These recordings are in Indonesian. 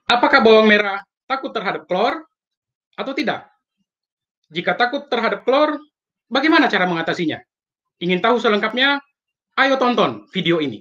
Apakah bawang merah takut terhadap klor atau tidak? Jika takut terhadap klor, bagaimana cara mengatasinya? Ingin tahu selengkapnya? Ayo tonton video ini.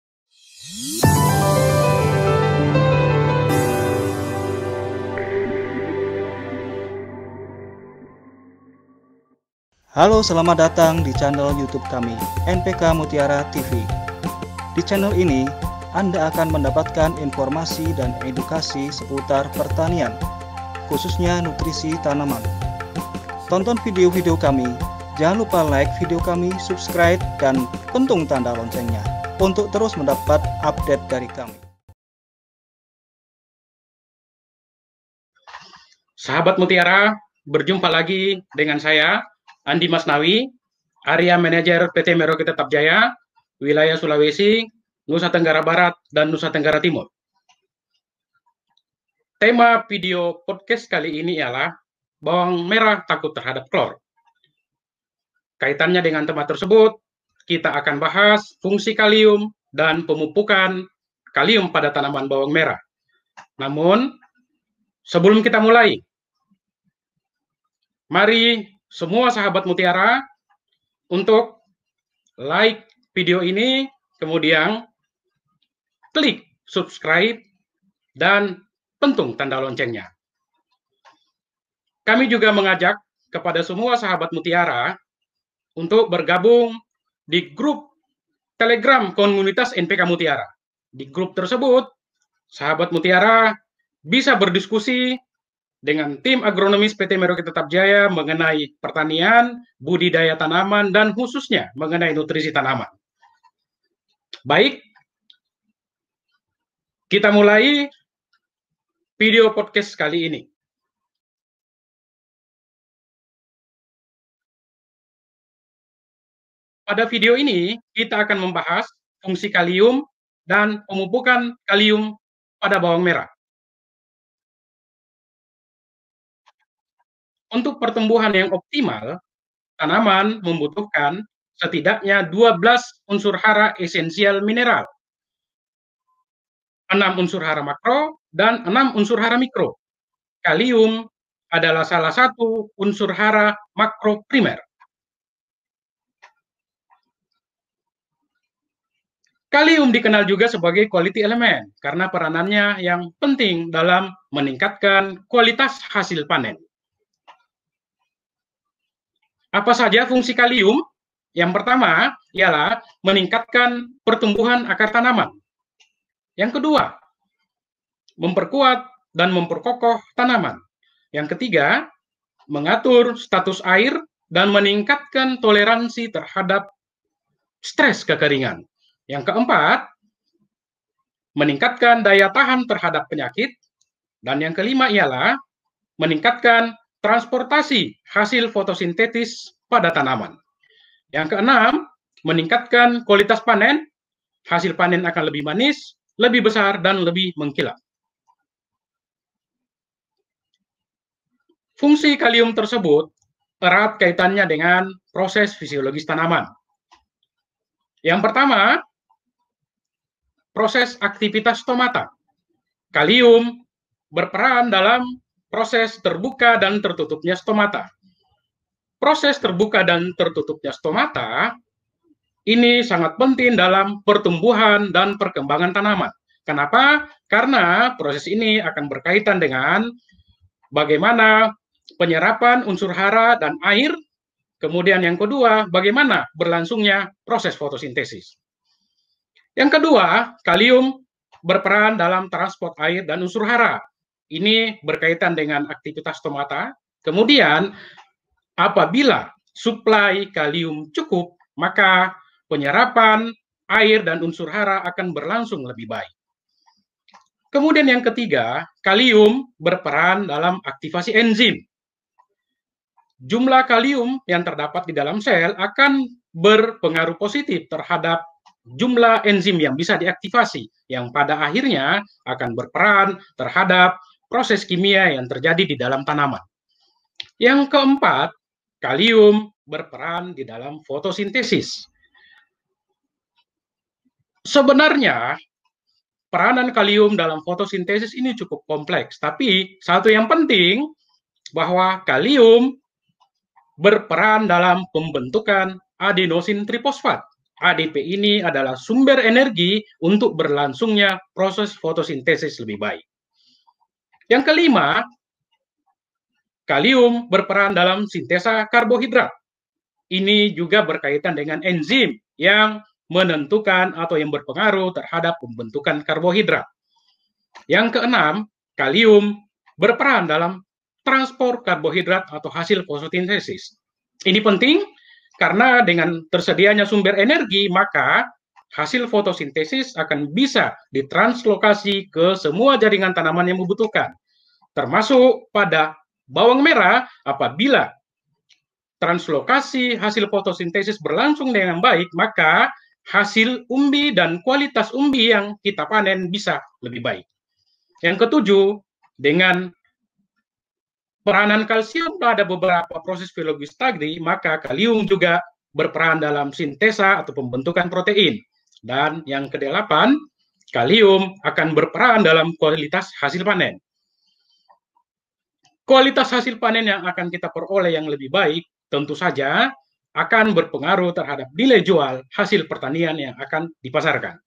Halo, selamat datang di channel YouTube kami, NPK Mutiara TV. Di channel ini, Anda akan mendapatkan informasi dan edukasi seputar pertanian, khususnya nutrisi tanaman. Tonton video-video kami, jangan lupa like video kami, subscribe, dan pentung tanda loncengnya untuk terus mendapat update dari kami. Sahabat Mutiara, berjumpa lagi dengan saya, Andi Masnawi, Area Manajer PT Merauke Tetap Jaya, wilayah Sulawesi, Nusa Tenggara Barat, dan Nusa Tenggara Timur. Tema video podcast kali ini ialah bawang merah takut terhadap klor. Kaitannya dengan tema tersebut, kita akan bahas fungsi kalium dan pemupukan kalium pada tanaman bawang merah. Namun, sebelum kita mulai, mari semua sahabat Mutiara untuk like video ini, kemudian klik subscribe dan pentung tanda loncengnya. Kami juga mengajak kepada semua sahabat Mutiara untuk bergabung di grup Telegram komunitas NPK Mutiara. Di grup tersebut, sahabat Mutiara bisa berdiskusi dengan tim agronomis PT Merauke Tetap Jaya mengenai pertanian, budidaya tanaman, dan khususnya mengenai nutrisi tanaman. Baik, kita mulai video podcast kali ini. Pada video ini, kita akan membahas fungsi kalium dan pemupukan kalium pada bawang merah. Untuk pertumbuhan yang optimal, tanaman membutuhkan setidaknya 12 unsur hara esensial mineral, 6 unsur hara makro, dan 6 unsur hara mikro. Kalium adalah salah satu unsur hara makro primer. Kalium dikenal juga sebagai quality element karena peranannya yang penting dalam meningkatkan kualitas hasil panen. Apa saja fungsi kalium? Yang pertama ialah meningkatkan pertumbuhan akar tanaman. Yang kedua, memperkuat dan memperkokoh tanaman. Yang ketiga, mengatur status air dan meningkatkan toleransi terhadap stres kekeringan. Yang keempat, meningkatkan daya tahan terhadap penyakit. Dan yang kelima ialah meningkatkan transportasi hasil fotosintetis pada tanaman. Yang keenam, meningkatkan kualitas panen. Hasil panen akan lebih manis, lebih besar, dan lebih mengkilap. Fungsi kalium tersebut erat kaitannya dengan proses fisiologis tanaman. Yang pertama, proses aktivitas stomata. Kalium berperan dalam proses terbuka dan tertutupnya stomata. Proses terbuka dan tertutupnya stomata ini sangat penting dalam pertumbuhan dan perkembangan tanaman. Kenapa? Karena proses ini akan berkaitan dengan bagaimana penyerapan unsur hara dan air, kemudian yang kedua, bagaimana berlangsungnya proses fotosintesis. Yang kedua, kalium berperan dalam transport air dan unsur hara. Ini berkaitan dengan aktivitas stomata. Kemudian, apabila suplai kalium cukup, maka penyerapan air dan unsur hara akan berlangsung lebih baik. Kemudian yang ketiga, kalium berperan dalam aktivasi enzim. Jumlah kalium yang terdapat di dalam sel akan berpengaruh positif terhadap jumlah enzim yang bisa diaktifasi, yang pada akhirnya akan berperan terhadap proses kimia yang terjadi di dalam tanaman. Yang keempat, kalium berperan di dalam fotosintesis. Sebenarnya, peranan kalium dalam fotosintesis ini cukup kompleks. Tapi satu yang penting bahwa kalium berperan dalam pembentukan adenosin trifosfat. ADP ini adalah sumber energi untuk berlangsungnya proses fotosintesis lebih baik. Yang kelima, kalium berperan dalam sintesa karbohidrat. Ini juga berkaitan dengan enzim yang menentukan atau yang berpengaruh terhadap pembentukan karbohidrat. Yang keenam, kalium berperan dalam transport karbohidrat atau hasil fotosintesis. Ini penting karena dengan tersedianya sumber energi, maka hasil fotosintesis akan bisa ditranslokasi ke semua jaringan tanaman yang membutuhkan, termasuk pada bawang merah. Apabila translokasi hasil fotosintesis berlangsung dengan baik, maka hasil umbi dan kualitas umbi yang kita panen bisa lebih baik. Yang ketujuh, dengan peranan kalsium pada beberapa proses biologis tadi, maka kalium juga berperan dalam sintesa atau pembentukan protein. Dan yang kedelapan, kalium akan berperan dalam kualitas hasil panen. Kualitas hasil panen yang akan kita peroleh yang lebih baik tentu saja akan berpengaruh terhadap nilai jual hasil pertanian yang akan dipasarkan.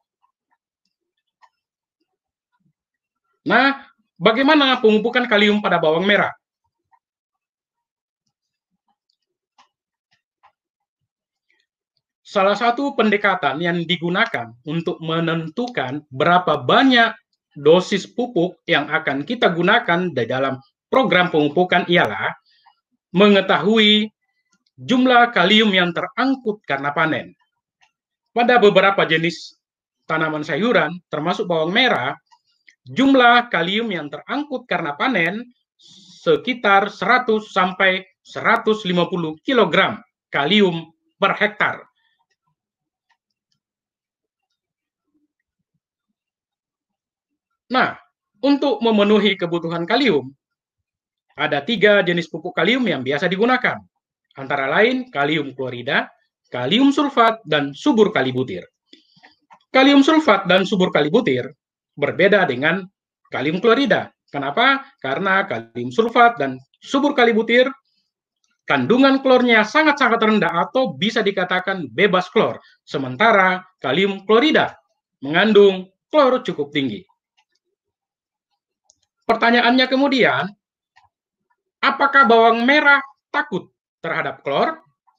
Nah, bagaimana pemupukan kalium pada bawang merah? Salah satu pendekatan yang digunakan untuk menentukan berapa banyak dosis pupuk yang akan kita gunakan di dalam program pemupukan ialah mengetahui jumlah kalium yang terangkut karena panen. Pada beberapa jenis tanaman sayuran, termasuk bawang merah, jumlah kalium yang terangkut karena panen sekitar 100 sampai 150 kg kalium per hektar. Nah, untuk memenuhi kebutuhan kalium, ada 3 jenis pupuk kalium yang biasa digunakan, antara lain kalium klorida, kalium sulfat, dan subur kalibutir. Kalium sulfat dan subur kalibutir berbeda dengan kalium klorida. Kenapa? Karena kalium sulfat dan subur kalibutir kandungan klornya sangat-sangat rendah atau bisa dikatakan bebas klor, sementara kalium klorida mengandung klor cukup tinggi. Pertanyaannya kemudian, apakah bawang merah takut terhadap klor?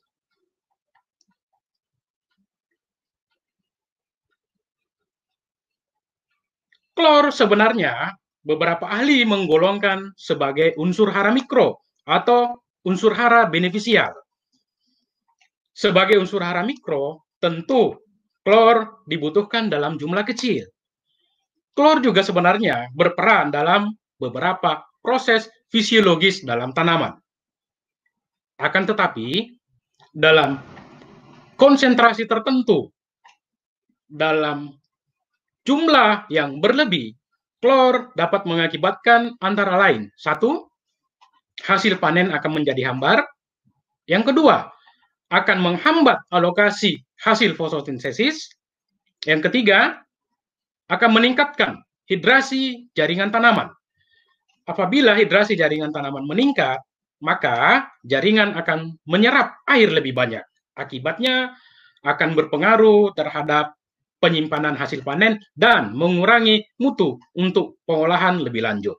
Klor sebenarnya beberapa ahli menggolongkan sebagai unsur hara mikro atau unsur hara benefisial. Sebagai unsur hara mikro, tentu klor dibutuhkan dalam jumlah kecil. Klor juga sebenarnya berperan dalam beberapa proses fisiologis dalam tanaman. Akan tetapi, dalam konsentrasi tertentu, dalam jumlah yang berlebih, klor dapat mengakibatkan antara lain, 1, hasil panen akan menjadi hambar. Yang kedua, akan menghambat alokasi hasil fotosintesis. Yang ketiga, akan meningkatkan hidrasi jaringan tanaman. Apabila hidrasi jaringan tanaman meningkat, maka jaringan akan menyerap air lebih banyak. Akibatnya akan berpengaruh terhadap penyimpanan hasil panen dan mengurangi mutu untuk pengolahan lebih lanjut.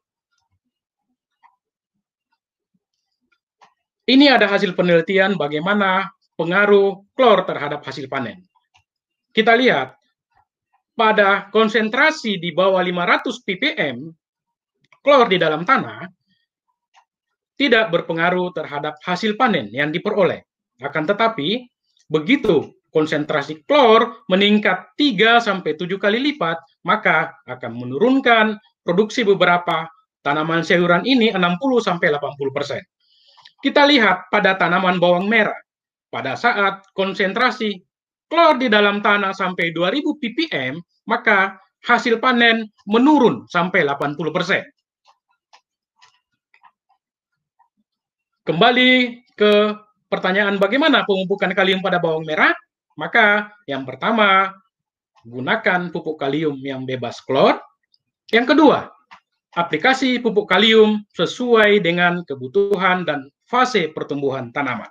Ini ada hasil penelitian bagaimana pengaruh klor terhadap hasil panen. Kita lihat, pada konsentrasi di bawah 500 ppm, klor di dalam tanah tidak berpengaruh terhadap hasil panen yang diperoleh. Akan tetapi, begitu konsentrasi klor meningkat 3-7 kali lipat, maka akan menurunkan produksi beberapa tanaman sayuran ini 60-80%. Kita lihat pada tanaman bawang merah, pada saat konsentrasi klor di dalam tanah sampai 2000 ppm, maka hasil panen menurun sampai 80%. Kembali ke pertanyaan bagaimana pemupukan kalium pada bawang merah, maka yang pertama, gunakan pupuk kalium yang bebas klor. Yang kedua, aplikasi pupuk kalium sesuai dengan kebutuhan dan fase pertumbuhan tanaman.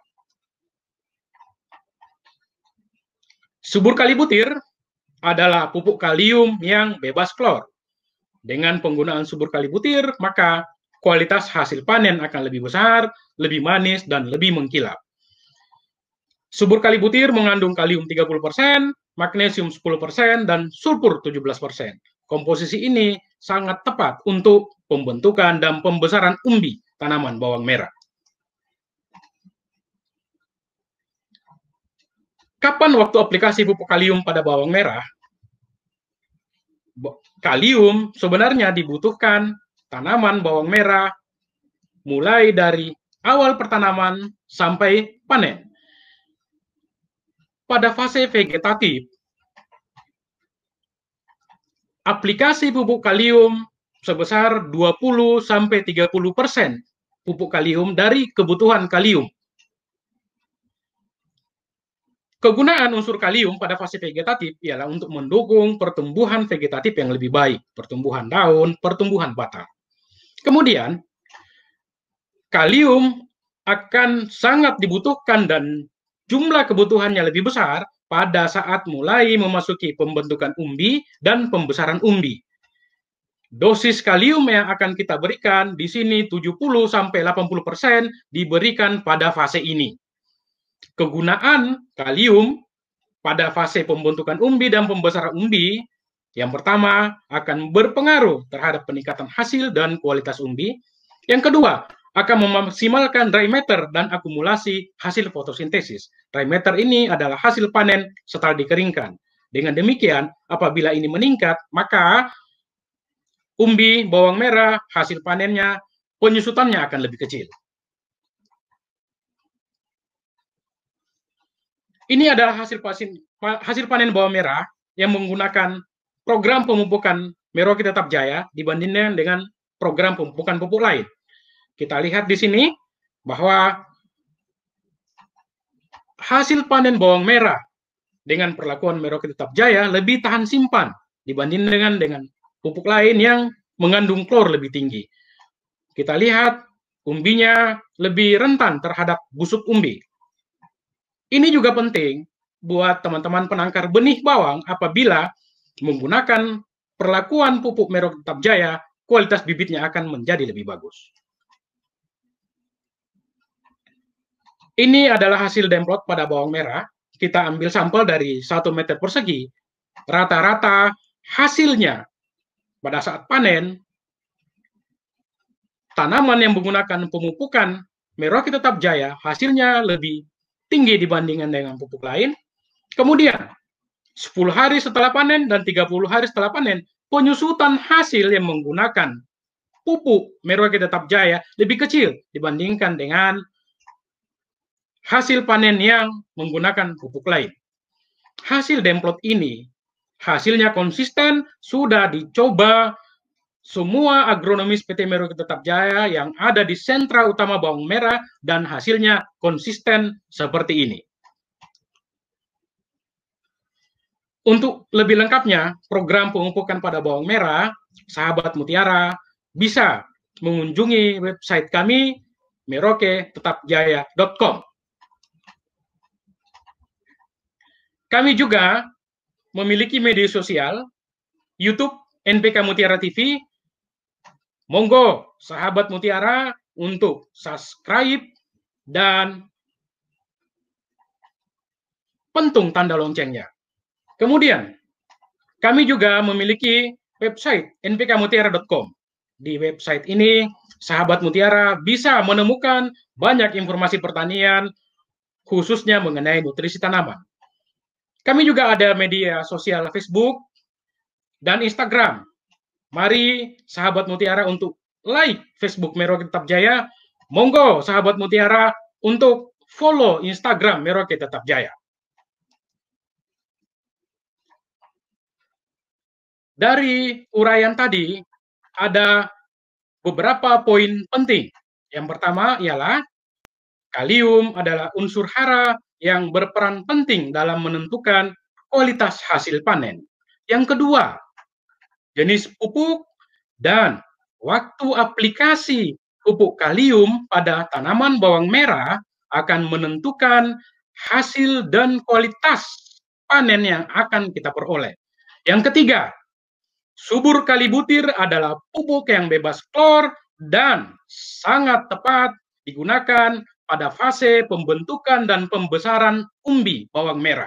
Subur kali butir adalah pupuk kalium yang bebas klor. Dengan penggunaan subur kali butir, maka kualitas hasil panen akan lebih besar, lebih manis, dan lebih mengkilap. Subur kali butir mengandung kalium 30%, magnesium 10%, dan sulfur 17%. Komposisi ini sangat tepat untuk pembentukan dan pembesaran umbi tanaman bawang merah. Kapan waktu aplikasi pupuk kalium pada bawang merah? Kalium sebenarnya dibutuhkan tanaman bawang merah mulai dari awal pertanaman sampai panen. Pada fase vegetatif, aplikasi pupuk kalium sebesar 20-30% pupuk kalium dari kebutuhan kalium. Kegunaan unsur kalium pada fase vegetatif ialah untuk mendukung pertumbuhan vegetatif yang lebih baik, pertumbuhan daun, pertumbuhan batang. Kemudian, kalium akan sangat dibutuhkan dan jumlah kebutuhannya lebih besar pada saat mulai memasuki pembentukan umbi dan pembesaran umbi. Dosis kalium yang akan kita berikan di sini 70-80% diberikan pada fase ini. Kegunaan kalium pada fase pembentukan umbi dan pembesaran umbi, yang pertama akan berpengaruh terhadap peningkatan hasil dan kualitas umbi. Yang kedua, akan memaksimalkan dry matter dan akumulasi hasil fotosintesis. Dry matter ini adalah hasil panen setelah dikeringkan. Dengan demikian, apabila ini meningkat, maka umbi bawang merah, hasil panennya, penyusutannya akan lebih kecil. Ini adalah hasil panen bawang merah yang menggunakan program pemupukan Merauke Tetap Jaya dibandingkan dengan program pemupukan pupuk lain. Kita lihat di sini bahwa hasil panen bawang merah dengan perlakuan Merauke Tetap Jaya lebih tahan simpan dibandingkan dengan pupuk lain yang mengandung klor lebih tinggi. Kita lihat umbinya lebih rentan terhadap busuk umbi. Ini juga penting buat teman-teman penangkar benih bawang apabila menggunakan perlakuan pupuk Merauke Tetap Jaya, kualitas bibitnya akan menjadi lebih bagus. Ini adalah hasil demplot pada bawang merah. Kita ambil sampel dari 1 meter persegi. Rata-rata hasilnya pada saat panen, tanaman yang menggunakan pemupukan Merauke Tetap Jaya hasilnya lebih tinggi dibandingkan dengan pupuk lain. Kemudian 10 hari setelah panen dan 30 hari setelah panen, penyusutan hasil yang menggunakan pupuk Merauke Tetap Jaya lebih kecil dibandingkan dengan hasil panen yang menggunakan pupuk lain. Hasil demplot ini hasilnya konsisten, sudah dicoba semua agronomis PT Merauke Tetap Jaya yang ada di sentra utama bawang merah dan hasilnya konsisten seperti ini. Untuk lebih lengkapnya, program pemupukan pada bawang merah, sahabat Mutiara bisa mengunjungi website kami merauketetapjaya.com. Kami juga memiliki media sosial, YouTube NPK Mutiara TV. Monggo sahabat Mutiara untuk subscribe dan pentung tanda loncengnya. Kemudian, kami juga memiliki website npkmutiara.com. Di website ini, sahabat Mutiara bisa menemukan banyak informasi pertanian, khususnya mengenai nutrisi tanaman. Kami juga ada media sosial Facebook dan Instagram. Mari sahabat Mutiara untuk like Facebook Merauke Tetap Jaya. Monggo sahabat Mutiara untuk follow Instagram Merauke Tetap Jaya. Dari uraian tadi ada beberapa poin penting. Yang pertama ialah kalium adalah unsur hara yang berperan penting dalam menentukan kualitas hasil panen. Yang kedua, jenis pupuk dan waktu aplikasi pupuk kalium pada tanaman bawang merah akan menentukan hasil dan kualitas panen yang akan kita peroleh. Yang ketiga, subur kali butir adalah pupuk yang bebas klor dan sangat tepat digunakan pada fase pembentukan dan pembesaran umbi bawang merah.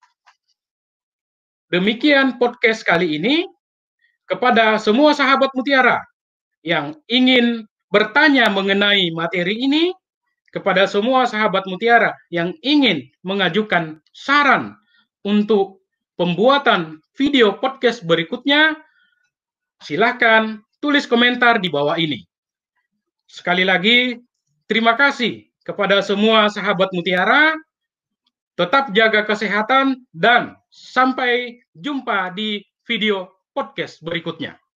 Demikian podcast kali ini. Kepada semua sahabat Mutiara yang ingin bertanya mengenai materi ini, kepada semua sahabat Mutiara yang ingin mengajukan saran untuk pembuatan video podcast berikutnya, silakan tulis komentar di bawah ini. Sekali lagi, terima kasih kepada semua sahabat Mutiara. Tetap jaga kesehatan dan sampai jumpa di video podcast berikutnya.